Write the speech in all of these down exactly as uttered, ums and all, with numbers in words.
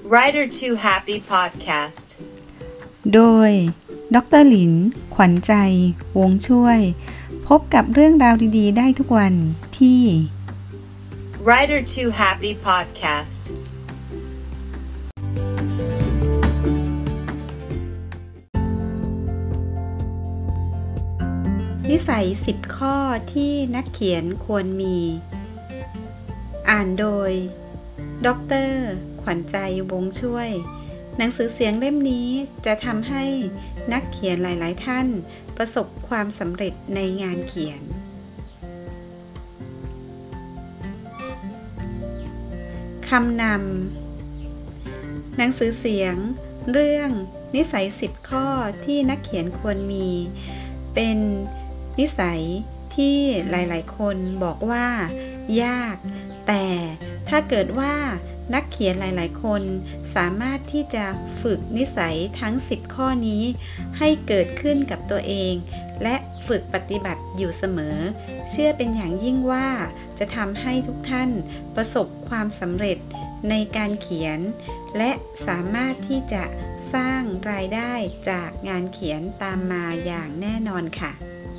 Writer Too Happy Podcast โดยดร.หลินขวัญใจวงช่วยพบกับเรื่องราวดีๆได้ทุกวันที่ Writer Too Happy Podcast นิสัยสิบข้อที่นักเขียนควรมีอ่านโดยดร.ขวัญใจวงช่วยหนังสือเสียงเล่มนี้จะทำให้นักเขียนหลายๆท่านประสบความสำเร็จในงานเขียนคำนำหนังสือเสียงเรื่องนิสัยสิบข้อที่นักเขียนควรมีเป็นนิสัยที่หลายๆคนบอกว่ายากแต่ถ้าเกิดว่านักเขียนหลายๆคนสามารถที่จะฝึกนิสัยทั้งสิบข้อนี้ให้เกิดขึ้นกับตัวเองและฝึกปฏิบัติอยู่เสมอเชื่อเป็นอย่างยิ่งว่าจะทำให้ทุกท่านประสบความสำเร็จในการเขียนและสามารถที่จะสร้างรายได้จากงานเขียนตามมาอย่างแน่นอนค่ะ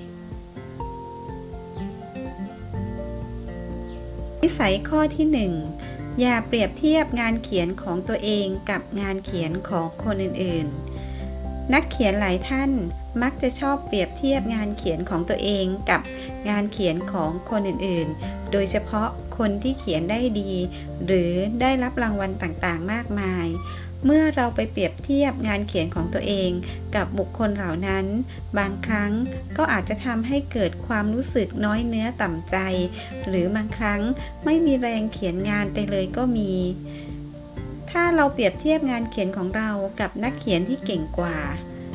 นิสัยข้อที่หนึ่งอย่าเปรียบเทียบงานเขียนของตัวเองกับงานเขียนของคนอื่นๆนักเขียนหลายท่านมักจะชอบเปรียบเทียบงานเขียนของตัวเองกับงานเขียนของคนอื่นๆโดยเฉพาะคนที่เขียนได้ดีหรือได้รับรางวัลต่างๆมากมายเมื่อเราไปเปรียบเทียบงานเขียนของตัวเองกับบุคคลเหล่านั้นบางครั้งก็อาจจะทำให้เกิดความรู้สึกน้อยเนื้อต่ำใจหรือบางครั้งไม่มีแรงเขียนงานไปเลยก็มีถ้าเราเปรียบเทียบงานเขียนของเรากับนักเขียนที่เก่งกว่า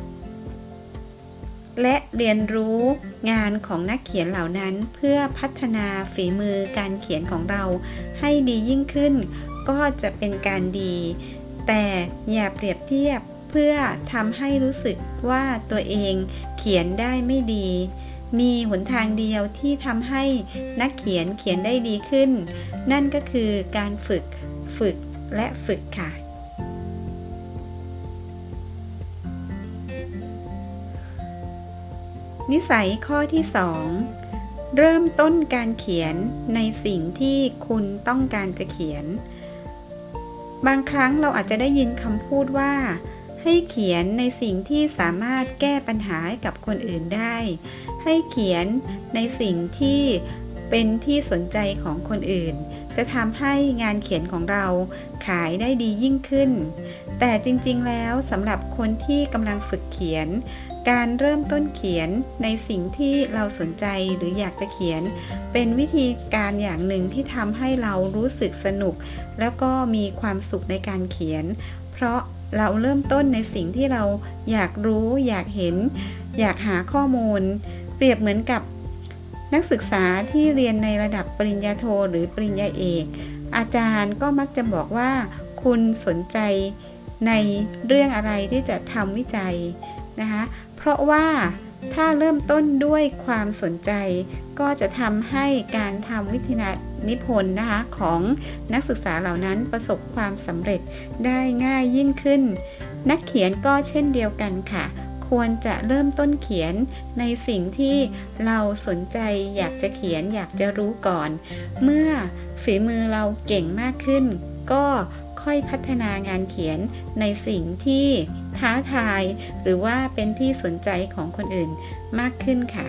และเรียนรู้งานของนักเขียนเหล่านั้นเพื่อพัฒนาฝีมือการเขียนของเราให้ดียิ่งขึ้นก็จะเป็นการดีแต่อย่าเปรียบเทียบเพื่อทำให้รู้สึกว่าตัวเองเขียนได้ไม่ดีมีหนทางเดียวที่ทำให้นักเขียนเขียนได้ดีขึ้นนั่นก็คือการฝึกฝึกและฝึกค่ะนิสัยข้อที่สองเริ่มต้นการเขียนในสิ่งที่คุณต้องการจะเขียนบางครั้งเราอาจจะได้ยินคำพูดว่าให้เขียนในสิ่งที่สามารถแก้ปัญหาให้กับคนอื่นได้ให้เขียนในสิ่งที่เป็นที่สนใจของคนอื่นจะทำให้งานเขียนของเราขายได้ดียิ่งขึ้นแต่จริงๆแล้วสำหรับคนที่กำลังฝึกเขียนการเริ่มต้นเขียนในสิ่งที่เราสนใจหรืออยากจะเขียนเป็นวิธีการอย่างหนึ่งที่ทำให้เรารู้สึกสนุกแล้วก็มีความสุขในการเขียนเพราะเราเริ่มต้นในสิ่งที่เราอยากรู้อยากเห็นอยากหาข้อมูลเปรียบเหมือนกับนักศึกษาที่เรียนในระดับปริญญาโทหรือปริญญาเอกอาจารย์ก็มักจะบอกว่าคุณสนใจในเรื่องอะไรที่จะทำวิจัยนะคะเพราะว่าถ้าเริ่มต้นด้วยความสนใจก็จะทำให้การทำวิทยานิพนธ์นะคะของนักศึกษาเหล่านั้นประสบความสำเร็จได้ง่ายยิ่งขึ้นนักเขียนก็เช่นเดียวกันค่ะควรจะเริ่มต้นเขียนในสิ่งที่เราสนใจอยากจะเขียนอยากจะรู้ก่อนเมื่อฝีมือเราเก่งมากขึ้นก็ค่อยพัฒนางานเขียนในสิ่งที่ท้าทายหรือว่าเป็นที่สนใจของคนอื่นมากขึ้นค่ะ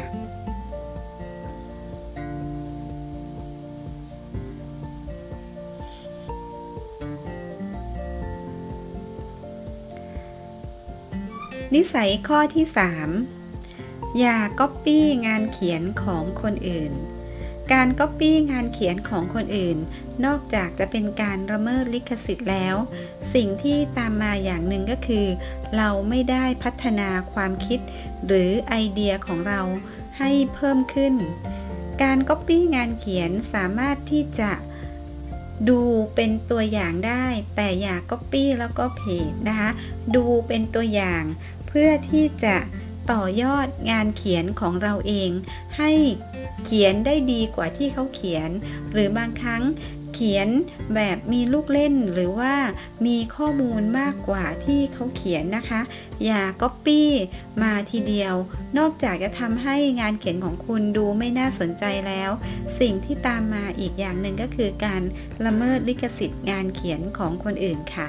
นิสัยข้อที่สามอย่าก๊อปปี้งานเขียนของคนอื่นการก๊อปปี้งานเขียนของคนอื่นนอกจากจะเป็นการละเมิดลิขสิทธิ์แล้วสิ่งที่ตามมาอย่างหนึ่งก็คือเราไม่ได้พัฒนาความคิดหรือไอเดียของเราให้เพิ่มขึ้นการก๊อปปี้งานเขียนสามารถที่จะดูเป็นตัวอย่างได้แต่อย่าก๊อปปี้แล้วก็เพจนะคะดูเป็นตัวอย่างเพื่อที่จะต่อยอดงานเขียนของเราเองให้เขียนได้ดีกว่าที่เขาเขียนหรือบางครั้งเขียนแบบมีลูกเล่นหรือว่ามีข้อมูลมากกว่าที่เขาเขียนนะคะอย่าก๊อปปี้มาทีเดียวนอกจากจะทำให้งานเขียนของคุณดูไม่น่าสนใจแล้วสิ่งที่ตามมาอีกอย่างหนึ่งก็คือการละเมิดลิขสิทธิ์งานเขียนของคนอื่นค่ะ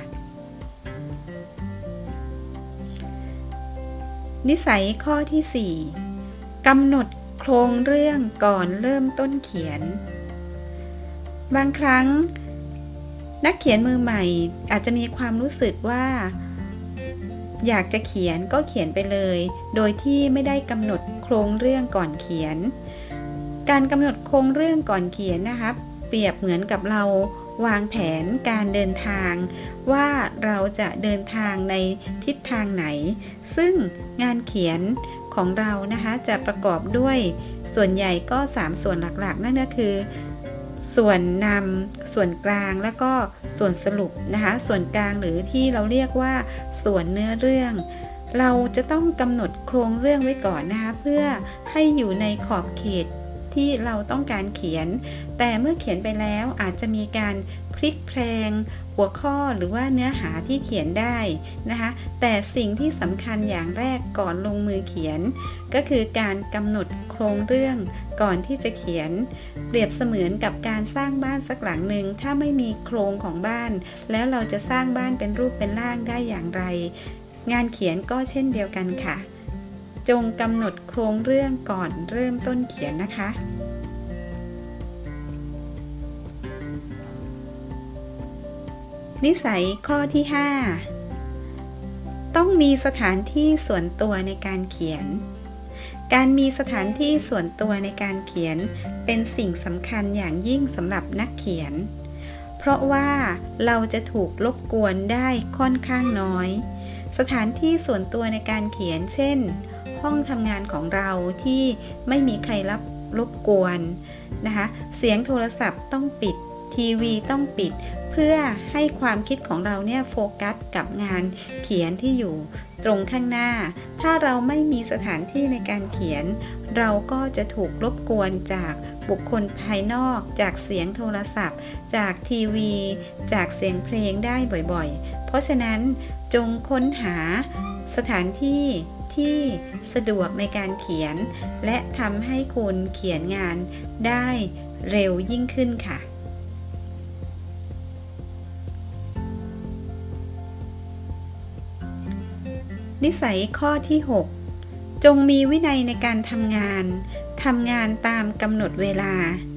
นิสัยข้อที่สี่กำหนดโครงเรื่องก่อนเริ่มต้นเขียนบางครั้งนักเขียนมือใหม่อาจจะมีความรู้สึกว่าอยากจะเขียนก็เขียนไปเลยโดยที่ไม่ได้กำหนดโครงเรื่องก่อนเขียนการกำหนดโครงเรื่องก่อนเขียนนะคะเปรียบเหมือนกับเราวางแผนการเดินทางว่าเราจะเดินทางในทิศทางไหนซึ่งงานเขียนของเรานะคะจะประกอบด้วยส่วนใหญ่ก็สามส่วนหลักๆนั่นก็คือส่วนนำส่วนกลางและก็ส่วนสรุปนะคะส่วนกลางหรือที่เราเรียกว่าส่วนเนื้อเรื่องเราจะต้องกำหนดโครงเรื่องไว้ก่อนนะคะเพื่อให้อยู่ในขอบเขตที่เราต้องการเขียนแต่เมื่อเขียนไปแล้วอาจจะมีการพลิกแพลงหัวข้อหรือว่าเนื้อหาที่เขียนได้นะคะแต่สิ่งที่สำคัญอย่างแรกก่อนลงมือเขียนก็คือการกำหนดโครงเรื่องก่อนที่จะเขียนเปรียบเสมือนกับการสร้างบ้านสักหลังหนึ่งถ้าไม่มีโครงของบ้านแล้วเราจะสร้างบ้านเป็นรูปเป็นร่างได้อย่างไรงานเขียนก็เช่นเดียวกันค่ะจงกำหนดโครงเรื่องก่อนเริ่มต้นเขียนนะคะนิสัยข้อที่ห้าต้องมีสถานที่ส่วนตัวในการเขียนการมีสถานที่ส่วนตัวในการเขียนเป็นสิ่งสำคัญอย่างยิ่งสำหรับนักเขียนเพราะว่าเราจะถูกรบกวนได้ค่อนข้างน้อยสถานที่ส่วนตัวในการเขียนเช่นห้องทำงานของเราที่ไม่มีใครรับรบกวนนะคะเสียงโทรศัพท์ต้องปิดทีวีต้องปิดเพื่อให้ความคิดของเราเนี่ยโฟกัสกับงานเขียนที่อยู่ตรงข้างหน้าถ้าเราไม่มีสถานที่ในการเขียนเราก็จะถูกรบกวนจากบุคคลภายนอกจากเสียงโทรศัพท์จากทีวีจากเสียงเพลงได้บ่อยๆเพราะฉะนั้นจงค้นหาสถานที่ที่สะดวกในการเขียนและทำให้คุณเขียนงานได้เร็วยิ่งขึ้นค่ะนิสัยข้อที่หกจงมีวินัยในการทำงานทำงานตามกำหนดเวลา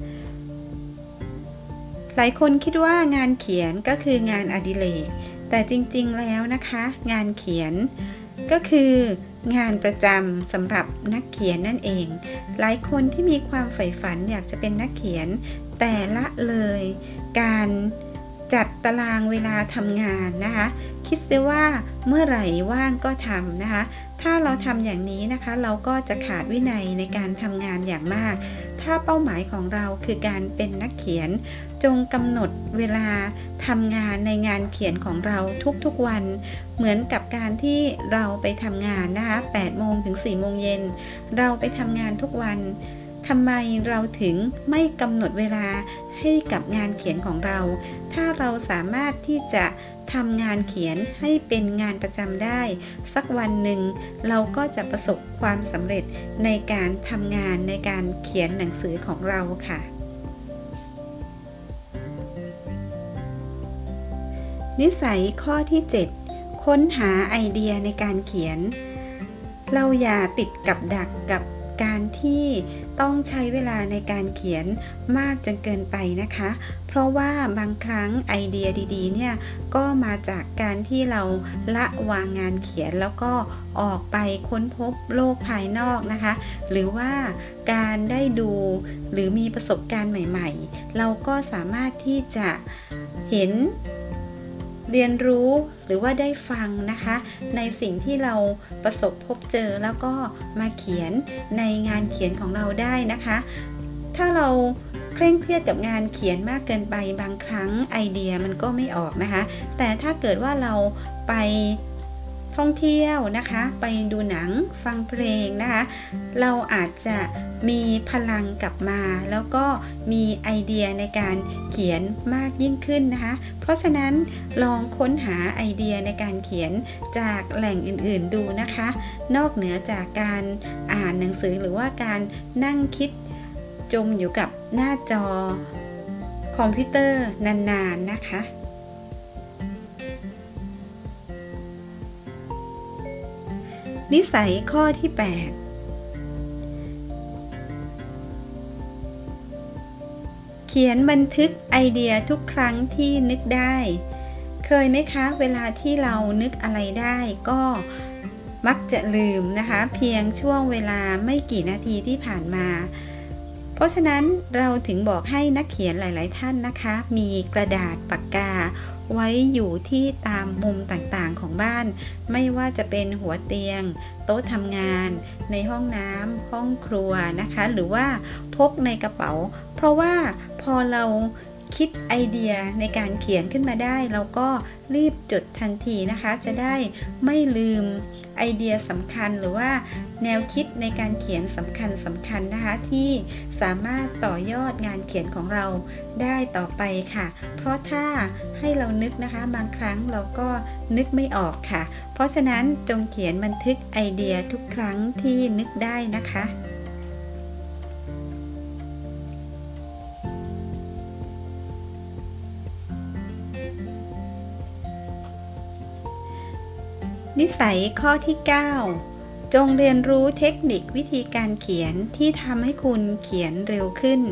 หลายคนคิดว่างานเขียนก็คืองานอดิเรกแต่จริงๆแล้วนะคะงานเขียนก็คืองานประจำสำหรับนักเขียนนั่นเองหลายคนที่มีความใฝ่ฝันอยากจะเป็นนักเขียนแต่ละเลยการจัดตารางเวลาทำงานนะคะคิดซิว่าเมื่อไหร่ว่างก็ทำนะคะถ้าเราทำอย่างนี้นะคะเราก็จะขาดวินัยในการทำงานอย่างมากถ้าเป้าหมายของเราคือการเป็นนักเขียนจงกำหนดเวลาทำงานในงานเขียนของเราทุกๆวันเหมือนกับการที่เราไปทำงานนะคะแปดโมงถึงสี่โมงเย็นเราไปทำงานทุกวันทำไมเราถึงไม่กำหนดเวลาให้กับงานเขียนของเราถ้าเราสามารถที่จะทำงานเขียนให้เป็นงานประจำได้สักวันหนึ่งเราก็จะประสบความสำเร็จในการทำงานในการเขียนหนังสือของเราค่ะนิสัยข้อที่เจ็ดค้นหาไอเดียในการเขียนเราอย่าติดกับดักกับการที่ต้องใช้เวลาในการเขียนมากจนเกินไปนะคะเพราะว่าบางครั้งไอเดียดีๆเนี่ยก็มาจากการที่เราละวางงานเขียนแล้วก็ออกไปค้นพบโลกภายนอกนะคะหรือว่าการได้ดูหรือมีประสบการณ์ใหม่ๆเราก็สามารถที่จะเห็นเรียนรู้หรือว่าได้ฟังนะคะในสิ่งที่เราประสบพบเจอแล้วก็มาเขียนในงานเขียนของเราได้นะคะถ้าเราเคร่งเครียดกับงานเขียนมากเกินไปบางครั้งไอเดียมันก็ไม่ออกนะคะแต่ถ้าเกิดว่าเราไปทท่องเที่ยวนะคะไปดูหนังฟังเพลงนะคะเราอาจจะมีพลังกลับมาแล้วก็มีไอเดียในการเขียนมากยิ่งขึ้นนะคะเพราะฉะนั้นลองค้นหาไอเดียในการเขียนจากแหล่งอื่นๆดูนะคะนอกเหนือจากการอ่านหนังสือหรือว่าการนั่งคิดจมอยู่กับหน้าจอคอมพิวเตอร์นานๆนะคะนิสัยข้อที่แปดเขียนบันทึกไอเดียทุกครั้งที่นึกได้เคยไหมคะเวลาที่เรานึกอะไรได้ก็มักจะลืมนะคะเพียงช่วงเวลาไม่กี่นาทีที่ผ่านมาเพราะฉะนั้นเราถึงบอกให้นักเขียนหลายๆท่านนะคะมีกระดาษปากกาไว้อยู่ที่ตามมุมต่างๆของบ้านไม่ว่าจะเป็นหัวเตียงโต๊ะทำงานในห้องน้ำห้องครัวนะคะหรือว่าพกในกระเป๋าเพราะว่าพอเราคิดไอเดียในการเขียนขึ้นมาได้เราก็รีบจดทันทีนะคะจะได้ไม่ลืมไอเดียสำคัญหรือว่าแนวคิดในการเขียนสำคัญสำคัญนะคะที่สามารถต่อยอดงานเขียนของเราได้ต่อไปค่ะเพราะถ้าให้เรานึกนะคะบางครั้งเราก็นึกไม่ออกค่ะเพราะฉะนั้นจงเขียนบันทึกไอเดียทุกครั้งที่นึกได้นะคะนิสัยข้อที่เก้าจงเรียนรู้เทคนิควิธีการเขียนที่ทำให้คุณเขียนเร็วขึ้น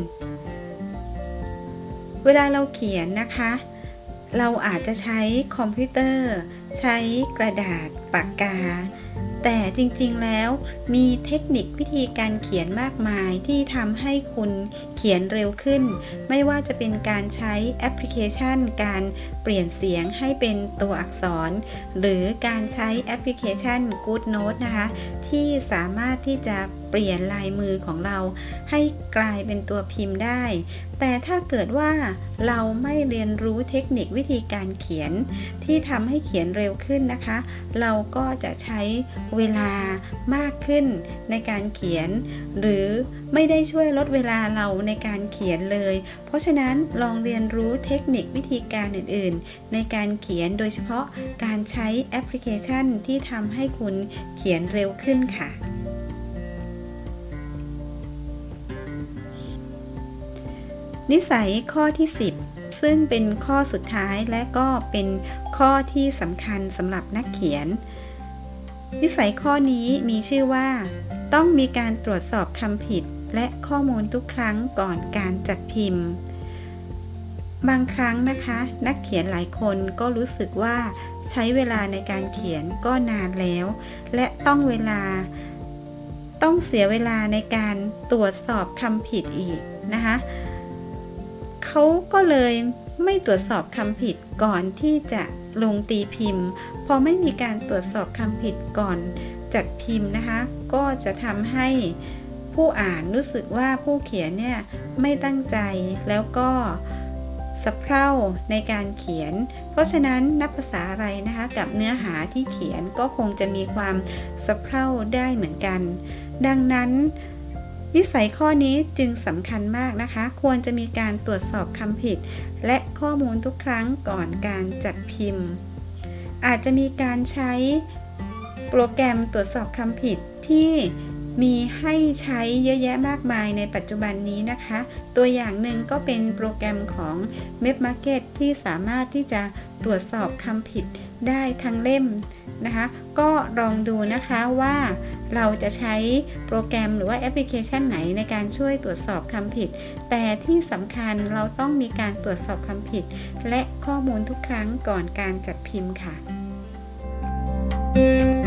เวลาเราเขียนนะคะเราอาจจะใช้คอมพิวเตอร์ใช้กระดาษปากกาแต่จริงๆแล้วมีเทคนิควิธีการเขียนมากมายที่ทำให้คุณเขียนเร็วขึ้นไม่ว่าจะเป็นการใช้แอปพลิเคชันการเปลี่ยนเสียงให้เป็นตัวอักษรหรือการใช้แอปพลิเคชัน GoodNotes นะคะที่สามารถที่จะเปลี่ยนลายมือของเราให้กลายเป็นตัวพิมพ์ได้แต่ถ้าเกิดว่าเราไม่เรียนรู้เทคนิควิธีการเขียนที่ทำให้เขียนเร็วขึ้นนะคะเราก็จะใช้เวลามากขึ้นในการเขียนหรือไม่ได้ช่วยลดเวลาเราในการเขียนเลยเพราะฉะนั้นลองเรียนรู้เทคนิควิธีการอื่นๆในการเขียนโดยเฉพาะการใช้แอปพลิเคชันที่ทำให้คุณเขียนเร็วขึ้นค่ะนิสัยข้อที่สิบซึ่งเป็นข้อสุดท้ายและก็เป็นข้อที่สำคัญสำหรับนักเขียนนิสัยข้อนี้มีชื่อว่าต้องมีการตรวจสอบคำผิดและข้อมูลทุกครั้งก่อนการจัดพิมพ์บางครั้งนะคะนักเขียนหลายคนก็รู้สึกว่าใช้เวลาในการเขียนก็นานแล้วและต้องเวลาต้องเสียเวลาในการตรวจสอบคำผิดอีกนะคะเขาก็เลยไม่ตรวจสอบคำผิดก่อนที่จะลงตีพิมพ์พอไม่มีการตรวจสอบคำผิดก่อนจัดพิมพ์นะคะก็จะทำให้ผู้อ่านรู้สึกว่าผู้เขียนเนี่ยไม่ตั้งใจแล้วก็สะเพร่าในการเขียนเพราะฉะนั้นนับภาษาอะไรนะคะกับเนื้อหาที่เขียนก็คงจะมีความสะเพร่าได้เหมือนกันดังนั้นนิสัยข้อนี้จึงสำคัญมากนะคะควรจะมีการตรวจสอบคำผิดและข้อมูลทุกครั้งก่อนการจัดพิมพ์อาจจะมีการใช้โปรแกรมตรวจสอบคำผิดที่มีให้ใช้เยอะแยะมากมายในปัจจุบันนี้นะคะตัวอย่างหนึ่งก็เป็นโปรแกรมของ Webmarket ที่สามารถที่จะตรวจสอบคำผิดได้ทั้งเล่มนะคะก็ลองดูนะคะว่าเราจะใช้โปรแกรมหรือว่าแอปพลิเคชันไหนในการช่วยตรวจสอบคำผิดแต่ที่สำคัญเราต้องมีการตรวจสอบคำผิดและข้อมูลทุกครั้งก่อนการจัดพิมพ์ค่ะ